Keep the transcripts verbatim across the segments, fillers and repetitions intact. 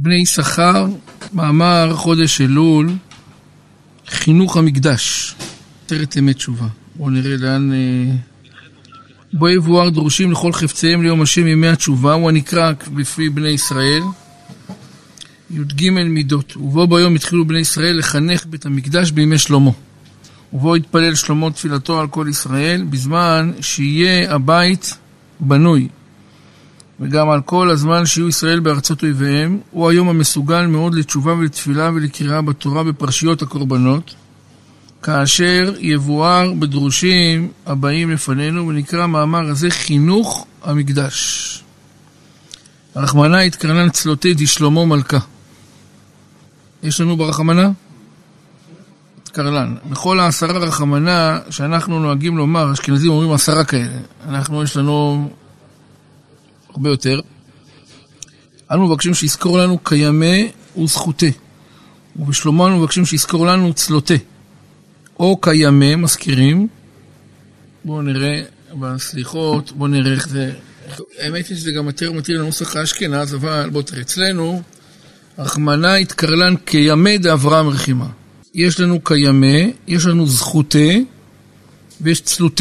בני יששכר, מאמר חודש אלול, חינוך המקדש, עטרת ימי תשובה. בואו נראה לאן... בו יבואר דרושים לכל חפציהם ליום השם ימי התשובה, הוא הנקרא בפי בני ישראל, י"ג מידות. ובו ביום התחילו בני ישראל לחנך בית המקדש בימי שלמה. ובו התפלל שלמה תפילתו על כל ישראל, בזמן שיהיה הבית בנוי. וגם על כל הזמן שיהיו ישראל בארצות אויביהם, הוא היום המסוגל מאוד לתשובה ולתפילה ולקריאה בתורה בפרשיות הקורבנות, כאשר יבואר בדרושים הבאים לפנינו, ונקרא מאמר הזה חינוך המקדש. הרחמנה התקרנן צלותי די שלמה מלכה. יש לנו ברחמנה? התקרנן. בכל העשרה רחמנה שאנחנו נוהגים לומר, אשכנזים אומרים עשרה כאלה. אנחנו יש לנו הרבה יותר. אנו מבקשים שיזכור לנו קיימי וזכותי. ובשלמה אנו מבקשים שיזכור לנו צלותי. או קיימי, מזכירים. בואו נראה בסליחות, בואו נראה איך זה... האמת היא שזה גם יותר מתאים לנוסח האשכנז, אבל בואו תראה, אצלנו, רחמנה התקרלן קיימי דאברהם רחימה. יש לנו קיימי, יש לנו זכותי, ויש צלותי.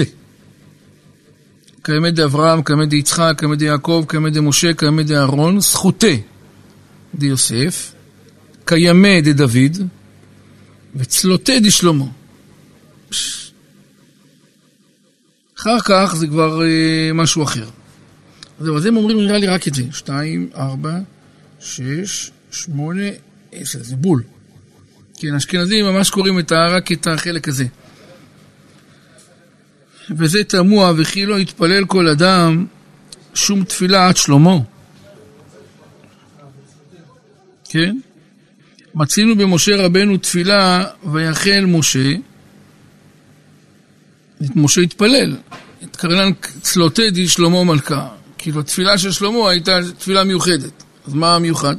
קיימי דאברהם, קיימי דיצחק, קיימי דיעקב, קיימי דמשה, קיימי דאהרון, זכותי דיוסף, קיימי דדוד, וצלותי דשלמה. אחר כך זה כבר אה, משהו אחר. אז הם אומרים נראה לי רק את זה. שתיים, ארבע, שש, שמונה, עשר. זה בול. כן, אשכנזים ממש קוראים את רק את החלק הזה. וזה תמוה, וכי לא יתפלל כל אדם שום תפילה עד שלמה. כן? מצינו במשה רבנו תפילה ויחל משה, את משה התפלל, את קרנן צלותי די שלמה מלכה. כאילו התפילה של שלמה הייתה תפילה מיוחדת. אז מה המיוחד?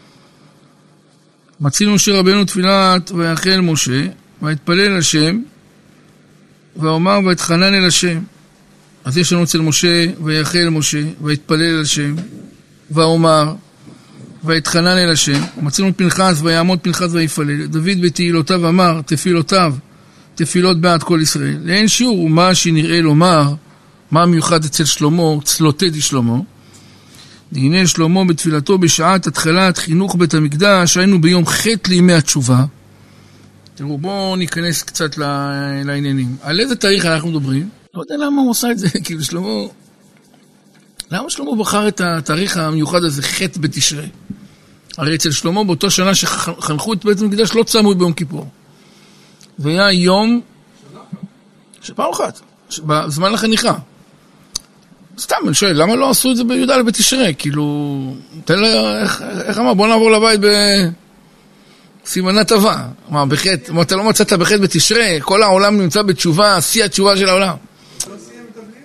מצינו משה רבנו תפילת ויחל משה, והתפלל השם, ואומר והתחנן אל השם. אז יש לנו אצל משה ויחל משה, והתפלל השם, ואומר והתחנן אל השם. ומצינו פנחס ויעמוד פנחס ויפלל. דוד בתהילותיו אמר תפילותיו, תפילות בעד כל ישראל. לאין שיעור ומה שנראה לומר, מה מיוחד אצל שלמה, צלותי די שלמה. הנה שלמה בתפילתו בשעת התחלת חינוך בית המקדש, היינו ביום ח' לימי התשובה. תראו, בואו ניכנס קצת לעניינים. על איזה תאריך אנחנו מדברים? לא יודע למה הוא עושה את זה, כאילו שלמה... למה שלמה בחר את התאריך המיוחד הזה, ח' בתשרי? הרי אצל שלמה באותו שנה שחנכו את בית המקדש לא צמו ביום כיפור. זה היה יום... שפעם אחת, בזמן החניכה. סתם, אני שואל, למה לא עשו את זה בי"א בתשרי? כאילו, תן לה, איך, איך אמר, בוא נעבור לבית בסימנה טובה. מה, בחטא, מה, אתה לא מצאת בחטא בתשרי? כל העולם נמצא בתשובה, שיא התשובה של העולם. לא סיים את הבנייה?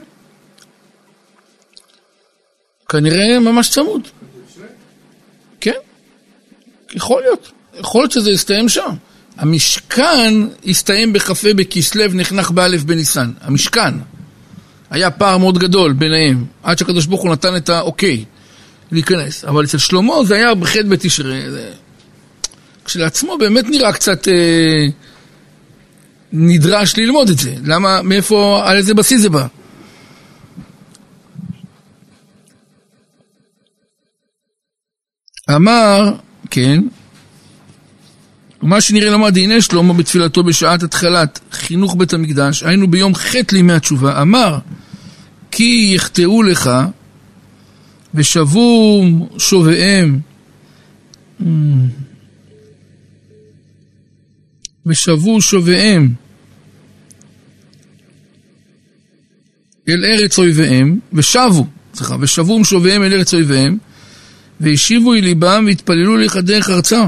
כנראה ממש צמוד. כן, יכול להיות. יכול להיות שזה יסתיים שם. המשכן הסתיים בחפה בכסלו נחנך באלף בניסן. המשכן. היה פער מאוד גדול ביניהם, עד שהקדוש ברוך הוא נתן את האוקיי להיכנס. אבל אצל שלמה זה היה בח' בתשרי. זה... כשלעצמו באמת נראה קצת אה, נדרש ללמוד את זה. למה, מאיפה, על איזה בסיס זה בא? אמר, כן, ומה שנראה למד, הנה שלמה בתפילתו בשעת התחלת חינוך בית המקדש, היינו ביום ח' לימי התשובה, אמר, כי יחטאו לך ושבו שוביהם ושבו שוביהם אל ארץ אויביהם, ושבו, סליחה, ושבו שוביהם אל ארץ אויביהם, והשיבו אל ליבם והתפללו לך דרך ארצם.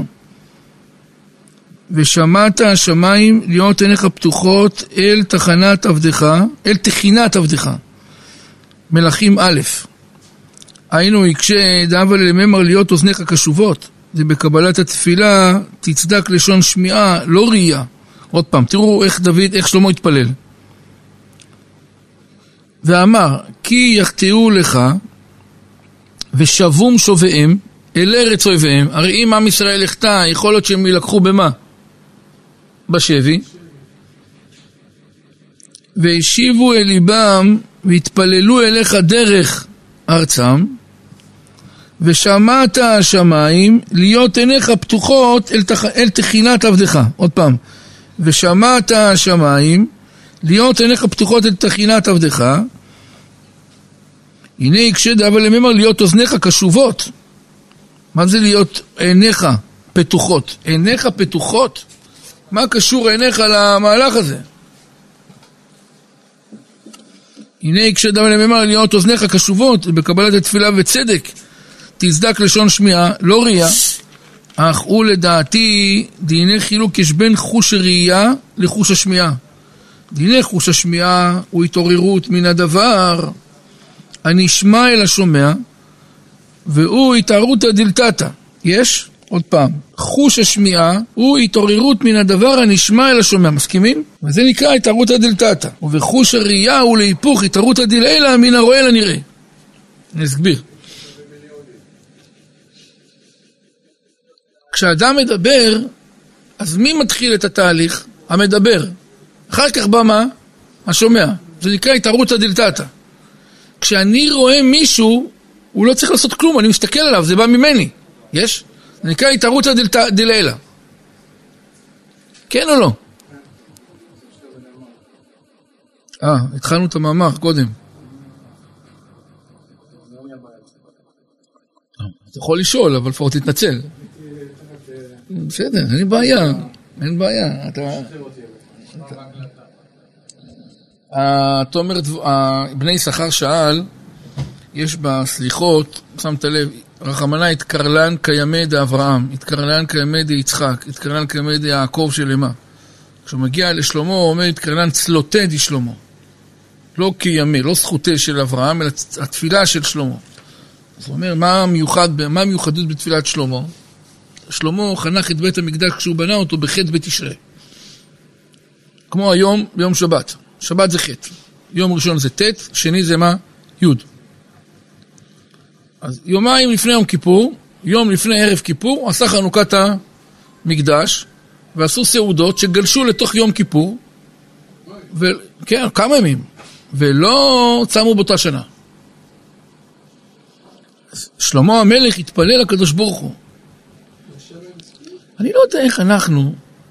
ושמעת השמיים להיות עיניך פתוחות אל תחנת עבדך, אל תחינת עבדך. מלכים א', היינו יקשה דאבה לממר להיות אוזניך קשובות. זה בקבלת התפילה תצדק לשון שמיעה, לא ראייה. עוד פעם, תראו איך דוד, איך שלמה התפלל. ואמר, כי יחטאו לך ושבום שוביהם אל ארץ אויביהם. הרי אם עם ישראל יחטא, יכול להיות שהם ילקחו במה? בשבי. והשיבו אל ליבם והתפללו אליך דרך ארצם, ושמעת השמיים להיות עיניך פתוחות אל, תח... אל תחינת עבדך. עוד פעם. ושמעת השמיים להיות עיניך פתוחות אל תחינת עבדך. הנה יקשד, אבל לממר להיות אוזניך קשובות. מה זה להיות עיניך פתוחות? עיניך פתוחות? מה קשור עיניך למהלך הזה? הנה יקשד, אבל לממר להיות אוזניך קשובות בקבלת התפילה וצדק. תזדק לשון שמיעה, לא ראייה, אך הוא לדעתי דיני חילוק יש בין חוש הראייה לחוש השמיעה. דיני חוש השמיעה הוא התעוררות מן הדבר הנשמע אל השומע, והוא התעוררות דלתתא. יש? עוד פעם. חוש השמיעה הוא התעוררות מן הדבר הנשמע אל השומע. מסכימים? וזה נקרא התעוררות דלתתא. ובחוש הראייה הוא להיפוך התעוררות דלעילא מן הרואה לנראה. אני אסביר. כשאדם מדבר, אז מי מתחיל את התהליך? המדבר. אחר כך בא מה? השומע. זה נקרא התעוררות דלתתא. כשאני רואה מישהו, הוא לא צריך לעשות כלום, אני מסתכל עליו, זה בא ממני. יש? זה נקרא התעוררות דלעילא. כן או לא? אה, התחלנו את המאמר קודם. אתה יכול לשאול, אבל לפחות תתנצל. בסדר, אין בעיה, אין בעיה. אתה... אתה אומרת, בני יששכר שאל, יש בסליחות, שמת לב, רחמנא התקרלן כימי דאברהם, התקרלן כימי דיצחק, התקרלן כימי דיעקב של אמה. כשהוא מגיע לשלמה, הוא אומר, התקרלן צלותי די שלמה. לא כימי, לא זכותי של אברהם, אלא התפילה של שלמה. אז הוא אומר, מה המיוחד, מה המיוחדות בתפילת שלמה? שלמה חנך את בית המקדש כשהוא בנה אותו בחטא בתשרי. כמו היום, ביום שבת. שבת זה חטא. יום ראשון זה ט', שני זה מה? י'. אז יומיים לפני יום כיפור, יום לפני ערב כיפור, עשה חנוכת המקדש, ועשו סעודות שגלשו לתוך יום כיפור, וכן, כמה ימים, ולא צמו באותה שנה. שלמה המלך התפלל לקדוש ברוך הוא. אני לא יודע איך אנחנו,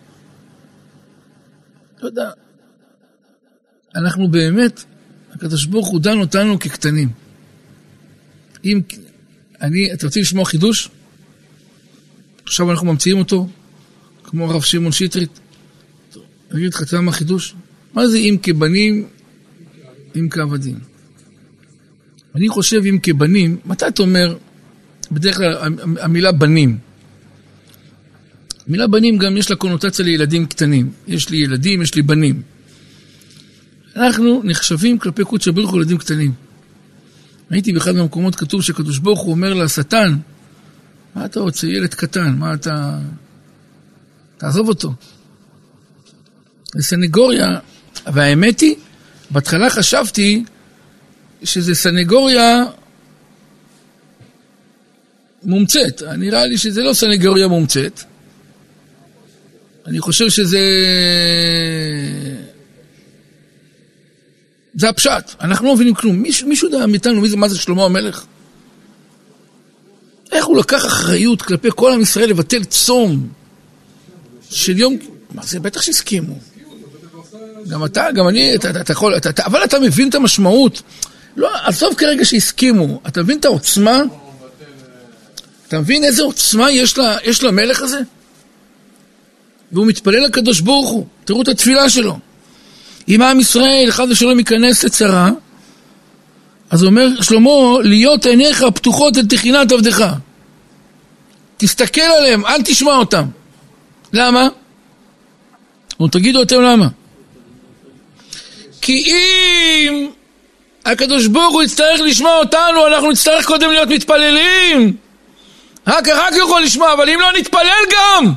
לא יודע, אנחנו באמת, הקדוש ברוך הוא דן אותנו כקטנים. אם אני, אתה רוצה לשמוע חידוש? עכשיו אנחנו ממציאים אותו, כמו הרב שמעון שטרית. אני אגיד לך, אתה יודע מה חידוש? מה זה אם כבנים, אם כעבדים? אני חושב אם כבנים, מתי אתה אומר, בדרך כלל המילה בנים, המילה בנים גם יש לה קונוטציה לילדים קטנים. יש לי ילדים, יש לי בנים. אנחנו נחשבים כלפי קודש ברוך הוא ילדים קטנים. הייתי באחד מהמקומות כתוב שקדוש ברוך הוא אומר לשטן, מה אתה רוצה? ילד קטן, מה אתה... תעזוב אותו. זה סנגוריה, והאמת היא, בהתחלה חשבתי שזה סנגוריה מומצאת. נראה לי שזה לא סנגוריה מומצאת. אני חושב שזה... זה הפשט. אנחנו לא מבינים כלום. מישהו, מישהו יודע מאיתנו מי זה, מה זה שלמה המלך? איך הוא לקח אחריות כלפי כל עם ישראל לבטל צום של יום... מה זה? בטח שהסכימו. גם אתה, גם אני, אתה, אתה, אתה יכול... אתה, אתה, אבל אתה מבין את המשמעות. לא, עזוב כרגע שהסכימו. אתה מבין את העוצמה? אתה מבין איזה עוצמה יש, לה, יש למלך הזה? והוא מתפלל לקדוש ברוך הוא. תראו את התפילה שלו. אם עם ישראל, אחד ושלום ייכנס לצרה, אז אומר שלמה, להיות עיניך פתוחות אל תחינת עבדך. תסתכל עליהם, אל תשמע אותם. למה? ותגידו אתם למה. כי אם הקדוש ברוך הוא יצטרך לשמוע אותנו, אנחנו נצטרך קודם להיות מתפללים. רק, רק יכול לשמוע, אבל אם לא נתפלל גם.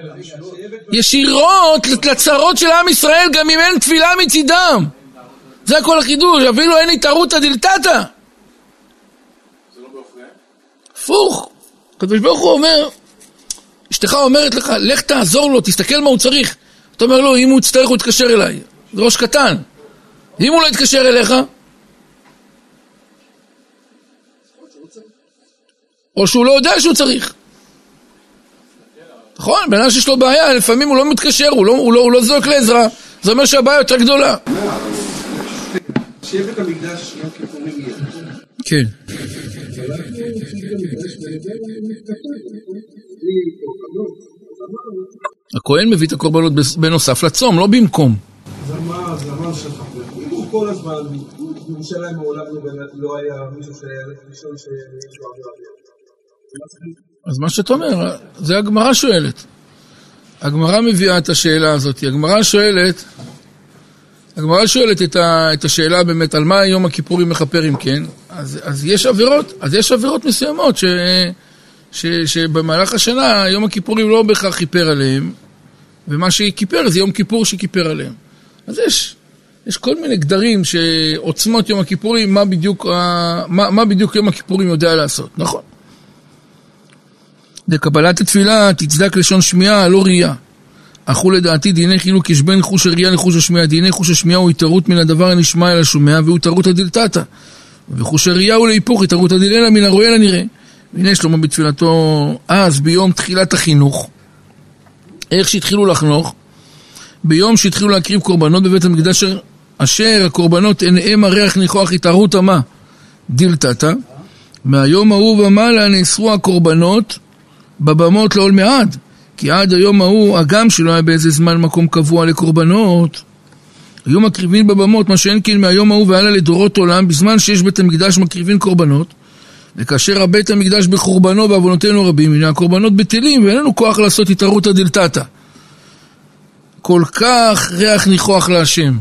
ישירות לצרות של עם ישראל, גם אם אין תפילה מצידם. זה הכל החידוש, אפילו אין התערותא דלתתא. זה לא באופן? הפוך. הקדוש ברוך הוא אומר, אשתך אומרת לך, לך תעזור לו, תסתכל מה הוא צריך. אתה אומר לו, אם הוא יצטרך הוא יתקשר אליי. זה ראש קטן. אם הוא לא יתקשר אליך, או שהוא לא יודע שהוא צריך. נכון? בן אדם שיש לו בעיה, לפעמים הוא לא מתקשר, הוא לא, הוא לא, הוא לא זועק לעזרה. זה אומר שהבעיה יותר גדולה. שיהיה בית המקדש יום כיפורים יהיה. כן. הכהן מביא את הקורבנות בנוסף לצום, לא במקום. זמן, זמן שלך. הוא כל הזמן, בירושלים מעולם לא היה מישהו שהיה ראשון שיש לו עבירה. אז מה שאתה אומר, זה הגמרא שואלת. הגמרא מביאה את השאלה הזאת. הגמרא שואלת, הגמרא שואלת את, ה, את השאלה באמת, על מה יום הכיפורים מכפר אם כן. אז, אז יש עבירות, אז יש עבירות מסוימות ש, ש, שבמהלך השנה יום הכיפורים לא בכך כיפר עליהם, ומה שכיפר זה יום כיפור שכיפר עליהם. אז יש, יש כל מיני גדרים שעוצמות יום הכיפורים, מה בדיוק, מה, מה בדיוק יום הכיפורים יודע לעשות, נכון? לקבלת התפילה תצדק לשון שמיעה, לא ראייה. אך הוא לדעתי דיני חילוק יש בין חוש הראייה לחוש השמיעה. דיני חוש השמיעה הוא התערות מן הדבר הנשמע אל השומע, והוא התערותא דלתתא. וחוש הראייה הוא להיפוך, התערותא דלתתא מן הרואה אל הנראה. והנה שלמה בתפילתו אז ביום תחילת החינוך, איך שהתחילו לחנוך, ביום שהתחילו להקריב קורבנות בבית המקדש, אשר הקורבנות עיניהם הריח ניחוח התערותא מה? דלתתא. מהיום ההוא ומעלה נאסרו הקורבנות בבמות לעול מעד, כי עד היום ההוא, הגם שלא היה באיזה זמן מקום קבוע לקורבנות, היו מקריבים בבמות, מה שאין כן מהיום ההוא והלאה לדורות עולם, בזמן שיש בית המקדש מקריבים קורבנות, וכאשר הבית המקדש בחורבנו בעוונותינו רבים, הנה הקורבנות בטלים, ואין לנו כוח לעשות התערותא דלתתא. כל כך ריח ניחוח להשם.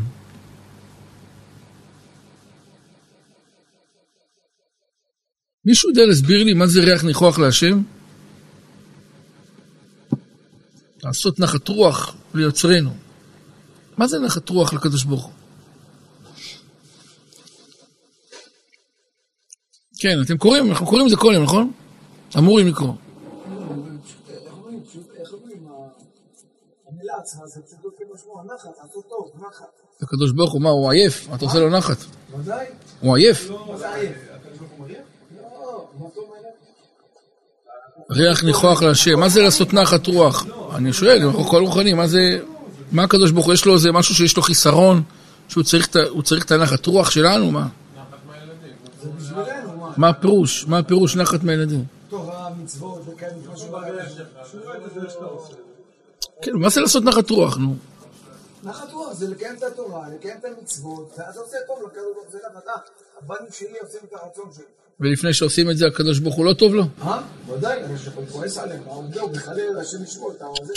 מישהו יודע להסביר לי מה זה ריח ניחוח להשם? לעשות נחת רוח ליוצרנו. מה זה נחת רוח לקדוש ברוך הוא? כן, אתם קוראים, אנחנו קוראים את זה כל יום, נכון? אמורים לקרוא. איך אומרים, המילה עצמה זה פשוט כמו שמו, נחת, עשו טוב, נחת. הקדוש ברוך הוא, מה, הוא עייף? אתה עושה לו נחת? ודאי. הוא עייף? מה זה עייף? הקדוש ברוך הוא עייף? לא, מה טוב עייף? ריח ניחוח להשם, מה זה לעשות נחת רוח? אני שואל, כל רוחני, מה זה, מה הקדוש ברוך הוא, יש לו איזה משהו שיש לו חיסרון, שהוא צריך את הנחת רוח שלנו, מה? מה הפירוש? מה הפירוש נחת מהילדים? תורה, מצוות, וכאלה, משהו בגלל. כן, מה זה לעשות נחת רוח, נו? נחת רוח זה לקיים את התורה, לקיים את המצוות, ואז עושה טוב לקדוש ברוך הוא, זה אתה, הבנים שלי עושים את הרצון שלי. ולפני שעושים את זה, הקדוש ברוך הוא לא טוב לו? אה? ודאי, אני כועס עליהם, הוא בכלל השם ישמור, אתה רואה זה?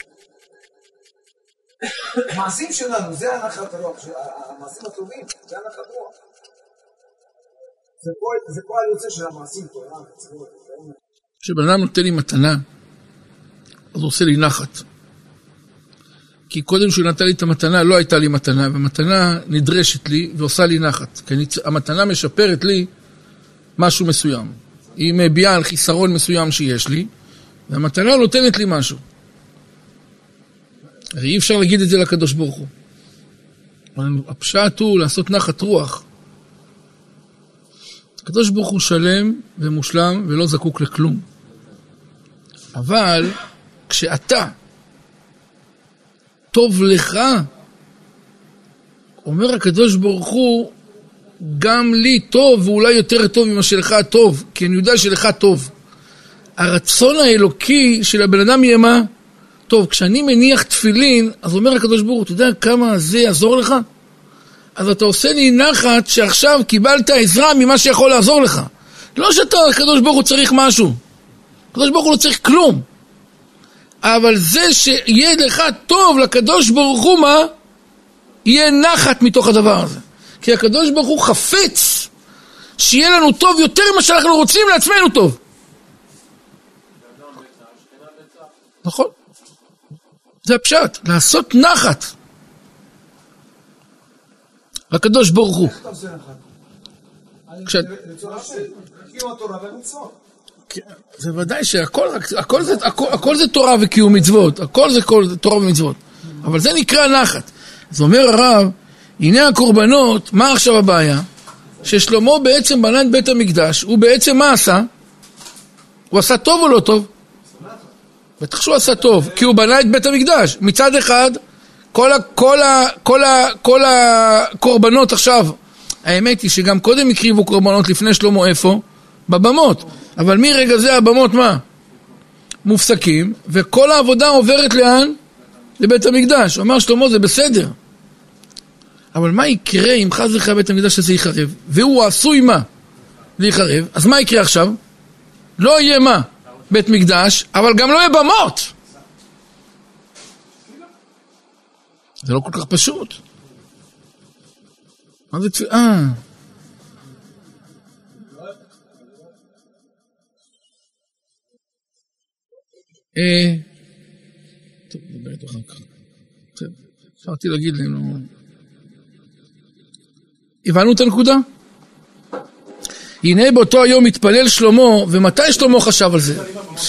המעשים שלנו, זה הנחת רוח, המעשים הטובים, זה הנחת רוח. זה פועל יוצא של המעשים, תורה, מצוות. כשבן אדם נותן לי מתנה, אז הוא עושה לי נחת. כי קודם שהוא נתן לי את המתנה, לא הייתה לי מתנה, והמתנה נדרשת לי ועושה לי נחת. כי המתנה משפרת לי משהו מסוים. היא מביאה על חיסרון מסוים שיש לי, והמתנה נותנת לי משהו. הרי אי אפשר להגיד את זה לקדוש ברוך הוא. הפשט הוא לעשות נחת רוח. הקדוש ברוך הוא שלם ומושלם ולא זקוק לכלום. אבל כשאתה טוב לך, אומר הקדוש ברוך הוא, גם לי טוב ואולי יותר טוב ממה שלך טוב, כי אני יודע שלך טוב. הרצון האלוקי של הבן אדם יהיה מה? טוב, כשאני מניח תפילין, אז אומר הקדוש ברוך הוא, אתה יודע כמה זה יעזור לך? אז אתה עושה לי נחת שעכשיו קיבלת עזרה ממה שיכול לעזור לך. לא שאתה, הקדוש ברוך הוא צריך משהו. הקדוש ברוך הוא לא צריך כלום. אבל זה שיהיה לך טוב לקדוש ברוך הוא מה? יהיה נחת מתוך הדבר הזה. כי הקדוש ברוך הוא חפץ שיהיה לנו טוב יותר ממה שאנחנו רוצים לעצמנו טוב. נכון? זה הפשט, לעשות נחת. הקדוש ברוך הוא. זה ודאי שהכל הכל זה, הכל, הכל זה תורה וקיום מצוות, הכל זה כל, תורה ומצוות, אבל זה נקרא נחת. אז אומר הרב, הנה הקורבנות, מה עכשיו הבעיה? ששלמה בעצם בנה את בית המקדש, הוא בעצם מה עשה? הוא עשה טוב או לא טוב? בטח שהוא עשה טוב, כי הוא בנה את בית המקדש. מצד אחד, כל, ה, כל, ה, כל, ה, כל הקורבנות עכשיו, האמת היא שגם קודם הקריבו קורבנות לפני שלמה איפה? בבמות. אבל מרגע זה הבמות מה? מופסקים, וכל העבודה עוברת לאן? לבית המקדש. אומר שלמה זה בסדר. אבל מה יקרה אם חס וחלילה בית המקדש הזה ייחרב? והוא עשוי מה? להיחרב. אז מה יקרה עכשיו? לא יהיה מה? בית מקדש, אבל גם לא יהיה במות. זה לא כל כך פשוט. מה זה תפילה? אה. אה. טוב, נדבר איתו אחר כך. אפשרתי להגיד להם, הבנו את הנקודה? הנה באותו היום מתפלל שלמה, ומתי שלמה חשב על זה?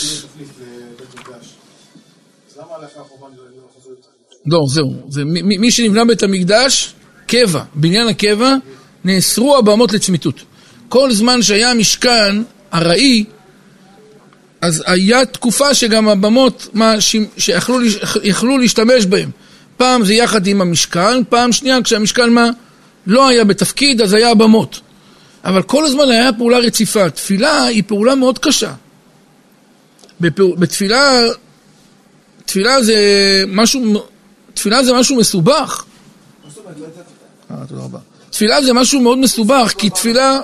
לא, זהו. זה, מי, מי שנבנה בית המקדש, קבע, בניין הקבע, נאסרו הבמות לצמיתות. כל זמן שהיה המשכן הראי, אז היה תקופה שגם הבמות מה, ש, שיכלו יכלו להשתמש בהם. פעם זה יחד עם המשכן, פעם שנייה כשהמשכן מה, לא היה בתפקיד, אז היה הבמות. אבל כל הזמן היה פעולה רציפה. תפילה היא פעולה מאוד קשה. בפעול, בתפילה, תפילה זה משהו, תפילה זה משהו מסובך. אה, תודה רבה. תפילה זה משהו מאוד מסובך, כי תפילה...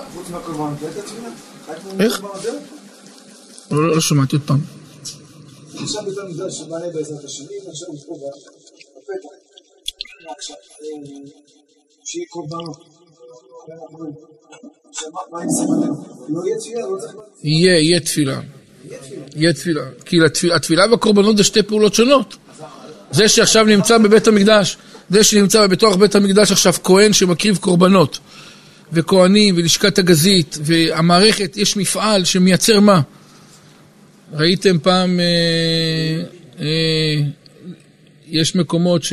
איך? לא, לא שמעתי עוד פעם. עכשיו בית המקדש שבנה בעזרת השני, עכשיו הוא פה בפתח. עכשיו, שיהיה קורבנות. מה עם סימנים? לא יהיה תפילה, לא צריך... יהיה, יהיה תפילה. יהיה תפילה. כי התפילה והקורבנות זה שתי פעולות שונות. זה שעכשיו נמצא בבית המקדש, זה שנמצא בתוך בית המקדש עכשיו כהן שמקריב קורבנות, וכהנים ולשכת הגזית, והמערכת, יש מפעל שמייצר מה? ראיתם פעם, אה, אה, יש מקומות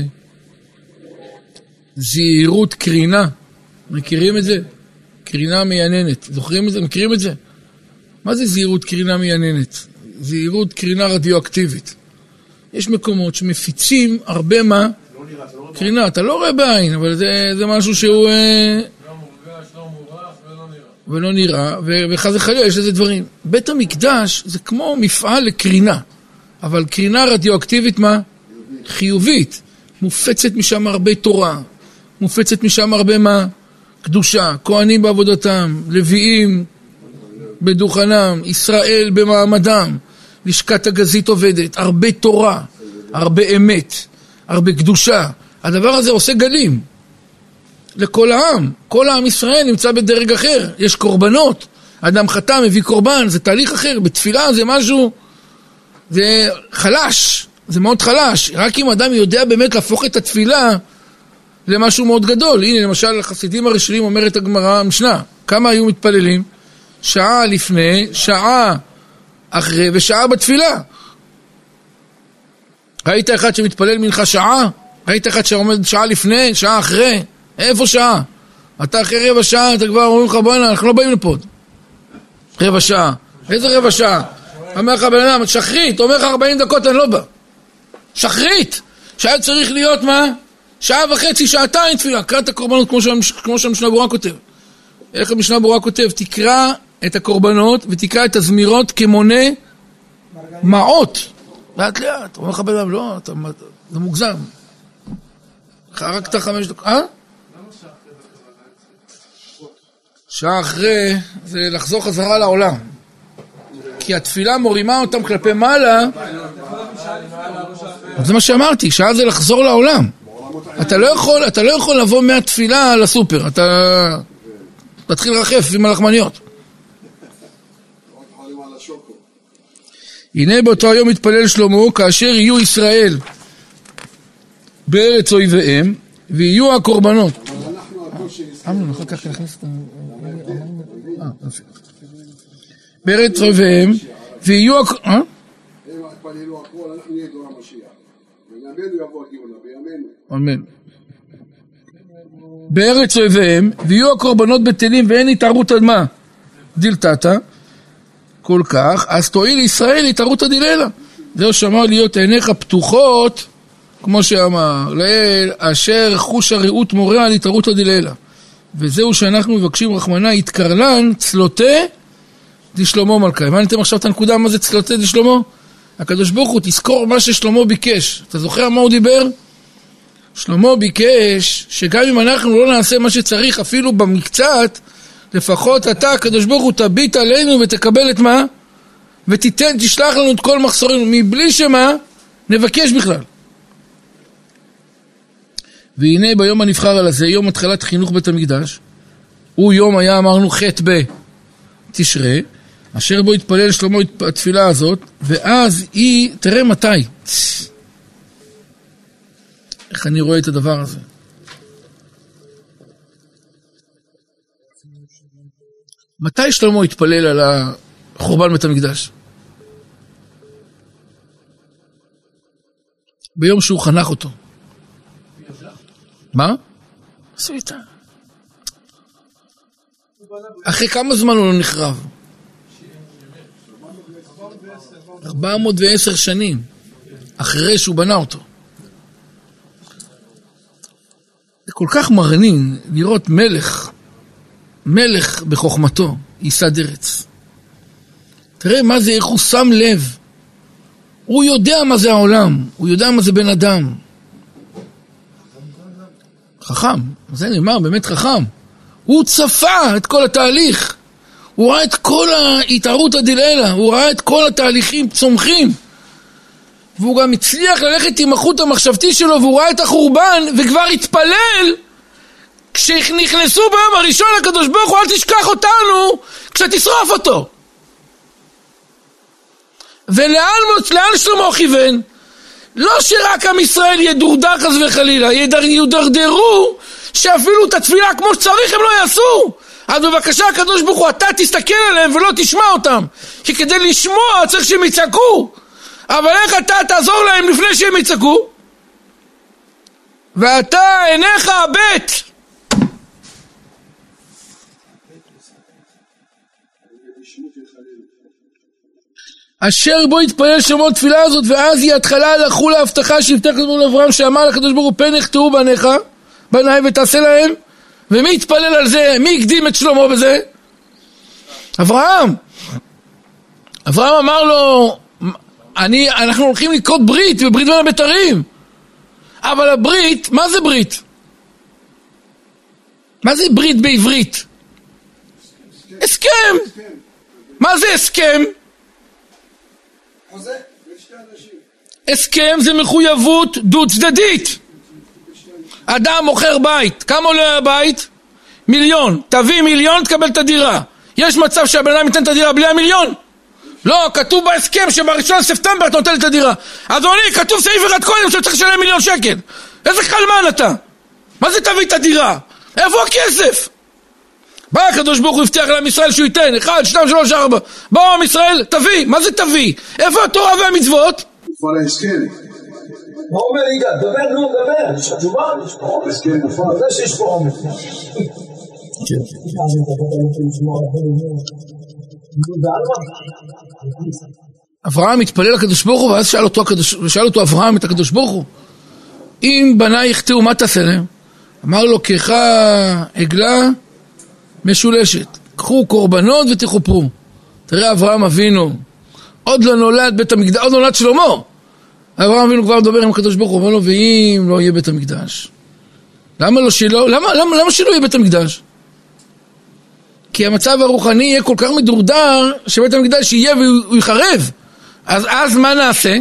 שזהירות קרינה, מכירים את זה? קרינה מייננת, זוכרים את זה? מכירים את זה? מה זה זהירות קרינה מייננת? זהירות קרינה רדיואקטיבית. יש מקומות שמפיצים הרבה מה? לא נראה, אתה לא רואה קרינה, אתה לא רואה בעין, אבל זה, זה משהו שהוא... לא מורגש, לא מורח ולא נראה. ולא נראה, וחס וחלילה יש לזה דברים. בית המקדש זה כמו מפעל לקרינה, אבל קרינה רדיואקטיבית מה? חיובית. מופצת משם הרבה תורה, מופצת משם הרבה מה? קדושה, כהנים בעבודתם, לוויים בדוכנם, ישראל במעמדם, לשכת הגזית עובדת, הרבה תורה, הרבה אמת, הרבה קדושה. הדבר הזה עושה גלים לכל העם. כל העם ישראל נמצא בדרג אחר. יש קורבנות, אדם חתם מביא קורבן, זה תהליך אחר. בתפילה זה משהו, זה חלש, זה מאוד חלש. רק אם אדם יודע באמת להפוך את התפילה למשהו מאוד גדול. הנה למשל החסידים הראשונים אומרת הגמרא המשנה, כמה היו מתפללים? שעה לפני, שעה אחרי ושעה בתפילה. ראית אחד שמתפלל מנחה שעה? ראית אחד שעומד שעה לפני, שעה אחרי? איפה שעה? אתה אחרי רבע שעה, אתה כבר אומרים לך בואי, אנחנו לא באים לפה. רבע שעה. איזה רבע שעה? אומר לך בן אדם, שחרית, אומר לך ארבעים דקות אני לא בא. שחרית! שהיה צריך להיות מה? שעה וחצי, שעתיים תפילה. קרא את הקורבנות כמו שהמשנה ברורה כותב. איך המשנה ברורה כותב? תקרא את הקורבנות ותקרא את הזמירות כמונה מעות. לאט לאט. אומר לך בן אדם, לא, אתה, זה מוגזם. חרקת חמש דקות. אה? שעה אחרי זה לחזור חזרה לעולם. כי התפילה מורימה אותם כלפי מעלה. זה מה שאמרתי, שעה זה לחזור לעולם. אתה לא יכול, אתה לא יכול לבוא מהתפילה לסופר. אתה תתחיל רחף עם הלחמניות. הנה באותו היום מתפלל שלמה, כאשר יהיו ישראל בארץ אויביהם, ויהיו הקורבנות. אמרנו, אחר כך נכנס את ה... אה, נפי. בארץ אויביהם, ויהיו... אה? הם התפללו הכל, אנחנו נהיה דור המשיח. ולימינו יבוא הגאולה, בימינו. אמן. בארץ אויביהם, ויהיו הקורבנות בטלים ואין התערות על מה? דילתתה. כל כך, אז תועיל ישראל התערותא דיללה. זהו שאמר להיות עיניך פתוחות, כמו שאמר, לאל, אשר חוש הרעות מורה על התערותא דיללה. וזהו שאנחנו מבקשים רחמנא, יתקרלן צלותה דשלמה מלכה. הבנתם עכשיו את הנקודה מה זה צלותה דשלמה? הקדוש ברוך הוא תזכור מה ששלמה ביקש. אתה זוכר מה הוא דיבר? שלמה ביקש שגם אם אנחנו לא נעשה מה שצריך אפילו במקצת, לפחות אתה הקדוש ברוך הוא תביט עלינו ותקבל את מה? ותיתן, תשלח לנו את כל מחסורנו מבלי שמה? נבקש בכלל. והנה ביום הנבחר על הזה, יום התחלת חינוך בית המקדש, הוא יום היה אמרנו חטא בתשרה, אשר בו התפלל שלמה התפילה הזאת, ואז היא, תראה מתי. איך אני רואה את הדבר הזה. מתי שלמה התפלל על החורבן בית המקדש? ביום שהוא חנך אותו. מה? עשית. אחרי כמה זמן הוא לא נחרב? ארבע מאות ועשר שנים. אחרי שהוא בנה אותו. זה כל כך מרנין לראות מלך, מלך בחוכמתו, ייסד ארץ. תראה מה זה, איך הוא שם לב. הוא יודע מה זה העולם, הוא יודע מה זה בן אדם. חכם, זה נאמר, באמת חכם. הוא צפה את כל התהליך. הוא ראה את כל ההתערותא דיללה, הוא ראה את כל התהליכים צומחים. והוא גם הצליח ללכת עם החוט המחשבתי שלו, והוא ראה את החורבן, וכבר התפלל, כשנכנסו ביום הראשון לקדוש ברוך הוא, אל תשכח אותנו, כשתשרוף אותו. ולאן לאן שלמה כיוון? לא שרק עם ישראל ידורדר חס וחלילה, ידרדרו, שאפילו את התפילה כמו שצריך הם לא יעשו. אז בבקשה הקדוש ברוך הוא, אתה תסתכל עליהם ולא תשמע אותם, כי כדי לשמוע צריך שהם יצעקו. אבל איך אתה תעזור להם לפני שהם יצעקו? ואתה עיניך הבט. אשר בו יתפלל שלמה תפילה הזאת, ואז היא התחלה לחול להבטחה שהבטח לנו לאברהם, שאמר לקדוש ברוך הוא, פן יחטאו בניך, בניי ותעשה להם. ומי יתפלל על זה? מי הקדים את שלמה בזה? אברהם. אברהם אמר לו, אני, אנחנו הולכים לקרות ברית, וברית בין הבתרים. אבל הברית, מה זה ברית? מה זה ברית בעברית? הסכם. מה זה הסכם? הסכם זה מחויבות דו צדדית. אדם מוכר בית, כמה עולה הבית? מיליון. תביא מיליון, תקבל את הדירה. יש מצב שהבן אדם ייתן את הדירה בלי המיליון? לא, כתוב בהסכם שבראשון לספטמבר אתה נותן את הדירה. אדוני, כתוב סעיף אחד קודם שצריך לשלם מיליון שקל. איזה חלמן אתה? מה זה תביא את הדירה? איפה הכסף? בא הקדוש ברוך הוא הבטיח לעם ישראל שהוא ייתן, אחד, שתיים, שלוש, ארבע. באו עם ישראל, תביא, מה זה תביא? איפה התורה והמצוות? איפה על ההסכם? מה אומר יגאל? דבר, נו, דבר, יש לך תשובה? הסכם מופע. זה שיש פה עומד. אברהם התפלל לקדוש ברוך הוא, ואז שאל אותו, הקדוש, שאל אותו אברהם את הקדוש ברוך הוא, אם בניי יחטאו, מה תעשה להם? אמר לו, קחה עגלה משולשת, קחו קורבנות ותחופרו. תראה אברהם אבינו, עוד לא נולד בית המקדש, עוד נולד שלמה. אברהם אבינו כבר מדבר עם הקדוש ברוך הוא, אומר לו, ואם לא יהיה בית המקדש? למה לא שלא? למה, למה, למה שלא יהיה בית המקדש? כי המצב הרוחני יהיה כל כך מדורדר, שבית המקדש יהיה והוא יחרב. אז, אז מה נעשה?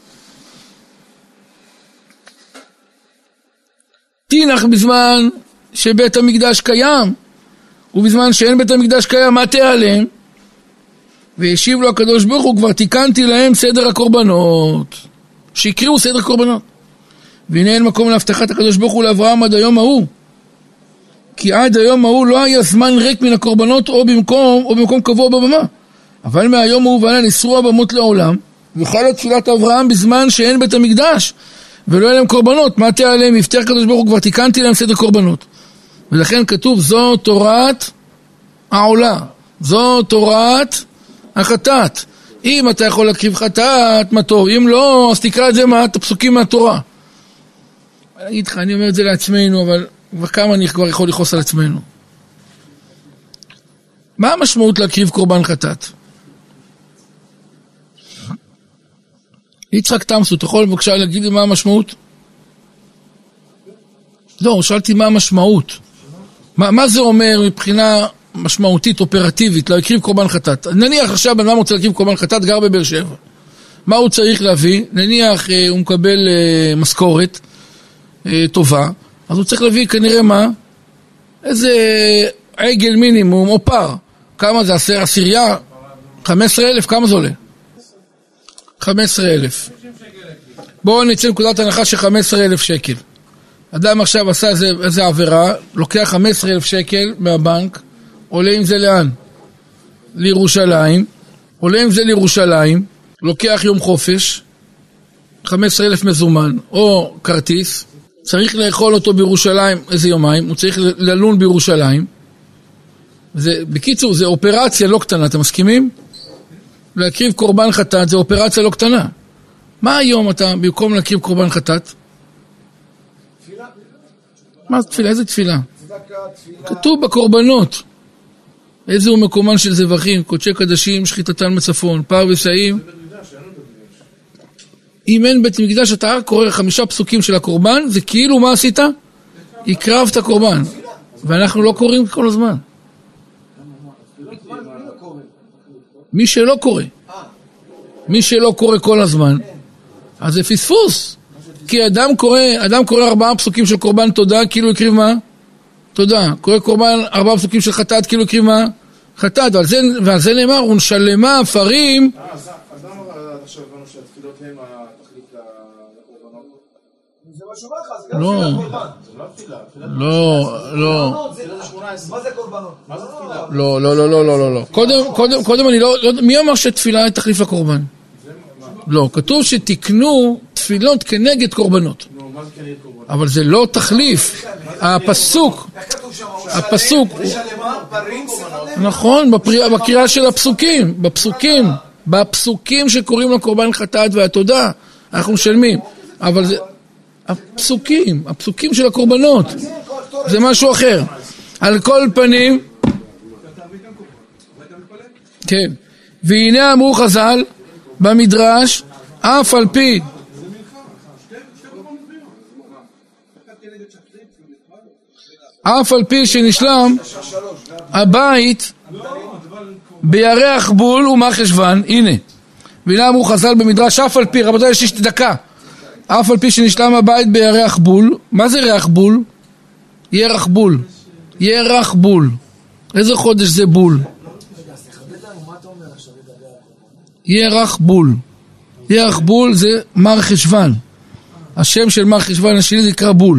תינח בזמן שבית המקדש קיים, ובזמן שאין בית המקדש קיים, מה תיעלם? וישיב לו הקדוש ברוך הוא, כבר תיקנתי להם סדר הקורבנות. שיקריאו סדר קורבנות. והנה אין מקום להבטחת הקדוש ברוך הוא לאברהם עד היום ההוא. כי עד היום ההוא לא היה זמן ריק מן הקורבנות או במקום, או במקום קבוע בבמה. אבל מהיום ההוא ועלה נסרו הבמות לעולם, וחלה תפילת אברהם בזמן שאין בית המקדש, ולא היה להם קורבנות. מה תהיה עליהם? הבטיח הקדוש ברוך הוא, כבר תיקנתי להם סדר קורבנות. ולכן כתוב, זו תורת העולה, זו תורת החטאת. אם אתה יכול להקריב חטאת, מה טוב, אם לא, אז תקרא את זה מה, את הפסוקים מהתורה. אני אגיד לך, אני אומר את זה לעצמנו, אבל כמה אני כבר יכול לכעוס על עצמנו. מה המשמעות להקריב קורבן חטאת? יצחק תמסו, אתה יכול בבקשה להגיד לי מה המשמעות? לא, שאלתי מה המשמעות. מה, מה זה אומר מבחינה משמעותית, אופרטיבית, להקריב קורבן חטאת? נניח עכשיו בן אדם רוצה להקריב קורבן חטאת, גר בבאר שבע. מה הוא צריך להביא? נניח אה, הוא מקבל אה, משכורת אה, טובה, אז הוא צריך להביא כנראה מה? איזה עגל מינימום או פר. כמה זה? עשר, עשירייה? חמש עשרה אלף, כמה זה עולה? חמש עשרה אלף. בואו נצא נקודת הנחה של חמש עשרה אלף שקל. אדם עכשיו עשה איזה, איזה עבירה, לוקח חמש עשרה אלף שקל מהבנק, עולה עם זה לאן? לירושלים. עולה עם זה לירושלים, לוקח יום חופש, חמש עשרה אלף מזומן, או כרטיס, צריך לאכול אותו בירושלים איזה יומיים, הוא צריך ללון בירושלים. זה, בקיצור, זה אופרציה לא קטנה, אתם מסכימים? להקריב קורבן חטאת זה אופרציה לא קטנה. מה היום אתה במקום להקריב קורבן חטאת? תפילה. מה זה תפילה? איזה תפילה? כתוב בקורבנות. איזה הוא מקומן של זבחים, קודשי קדשים, שחיטתן מצפון, פר ושאים. אם אין בית מקדש, אתה קורא חמישה פסוקים של הקורבן, זה כאילו מה עשית? הקרבת קורבן. ואנחנו לא קוראים כל הזמן. מי שלא קורא, מי שלא קורא כל הזמן, אז זה פספוס. כי אדם קורא, אדם קורא ארבעה פסוקים של קורבן תודה, כאילו הקריב מה? תודה. קורא קורבן ארבעה פסוקים של חטאת, כאילו הקריב מה? חטאת. ועל זה, ועל זה נאמר, ונשלמה עפרים. אז למה עכשיו הבנו שהתפילות הם התחליף לקורבנות? זה מה שאומר לך, זה גם לא. תפילת קורבן. זה לא תפילה. לא, לא. מה זה קורבנות? מה זה תפילה? לא, לא, לא, לא, לא, לא. קודם, קודם, קודם אני לא, מי אמר שתפילה היא תחליף לקורבן? לא, כתוב שתקנו תפילות כנגד קורבנות. נו, מה זה כנגד קורבנות? אבל זה לא תחליף. הפסוק, הפסוק, נכון, בקריאה של הפסוקים, בפסוקים, בפסוקים שקוראים לקורבן חטאת והתודה, אנחנו משלמים. אבל זה, הפסוקים, הפסוקים של הקורבנות, זה משהו אחר. על כל פנים, כן, והנה אמרו חז"ל במדרש, אף על פי אף על פי שנשלם הבית בירח בול ומה חשוון, הנה, והנה אמרו חז"ל במדרש, אף על פי, רבותיי, יש לי דקה, אף על פי שנשלם הבית בירח בול. מה זה ריח בול? ירח בול, ירח בול. איזה חודש זה בול? ירח בול. ירח בול זה מר חשוון. השם של מר חשוון השני זה נקרא בול.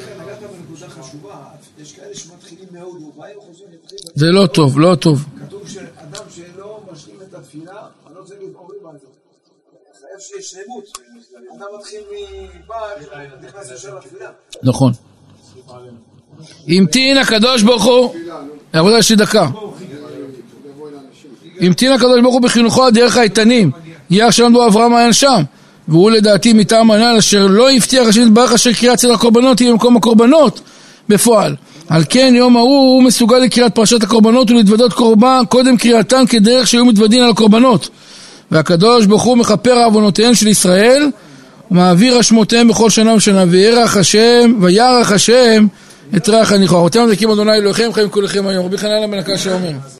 זה לא טוב, לא טוב. כתוב שאדם שלא משלים את התפילה, אני לא רוצה להתעוררים על זה. חייב שיש שלמות. אדם מתחיל מבעל, נכנס ישר לתפילה. נכון. המתין הקדוש ברוך הוא, עבודה יש לי דקה. המתין הקדוש ברוך הוא בחינוכו על דרך האיתנים, יהיה אשר למדו אברהם מעיין שם, והוא לדעתי מטעם הנ"ל אשר לא הבטיח השם יתברך אשר קריאת צל הקורבנות יהיה במקום הקורבנות בפועל. על כן יום ההוא הוא מסוגל לקריאת פרשת הקורבנות ולהתוודות קורבן קודם קריאתן כדרך שהיו מתוודין על הקורבנות. והקדוש ברוך הוא מכפר עוונותיהם של ישראל ומעביר אשמותיהם בכל שנה ושנה, וירח השם וירח השם את ריח הניחוח. אותם דקים אדוני אלוהיכם חיים כולכם היום. רבי חנניה בן עקשיא אומר